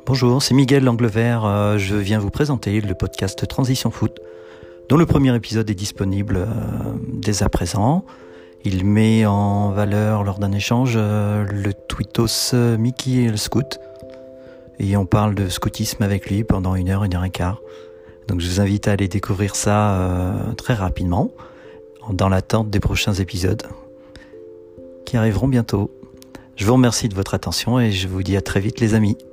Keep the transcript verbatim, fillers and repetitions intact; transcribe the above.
Bonjour, c'est Miguel Langlevert. Euh, je viens vous présenter le podcast Transition Foot, dont le premier épisode est disponible euh, dès à présent. Il met en valeur lors d'un échange euh, le tweetos euh, Mickey et le scout. Et on parle de scoutisme avec lui pendant une heure, une heure et quart. Donc je vous invite à aller découvrir ça euh, très rapidement, dans l'attente des prochains épisodes qui arriveront bientôt. Je vous remercie de votre attention et je vous dis à très vite les amis.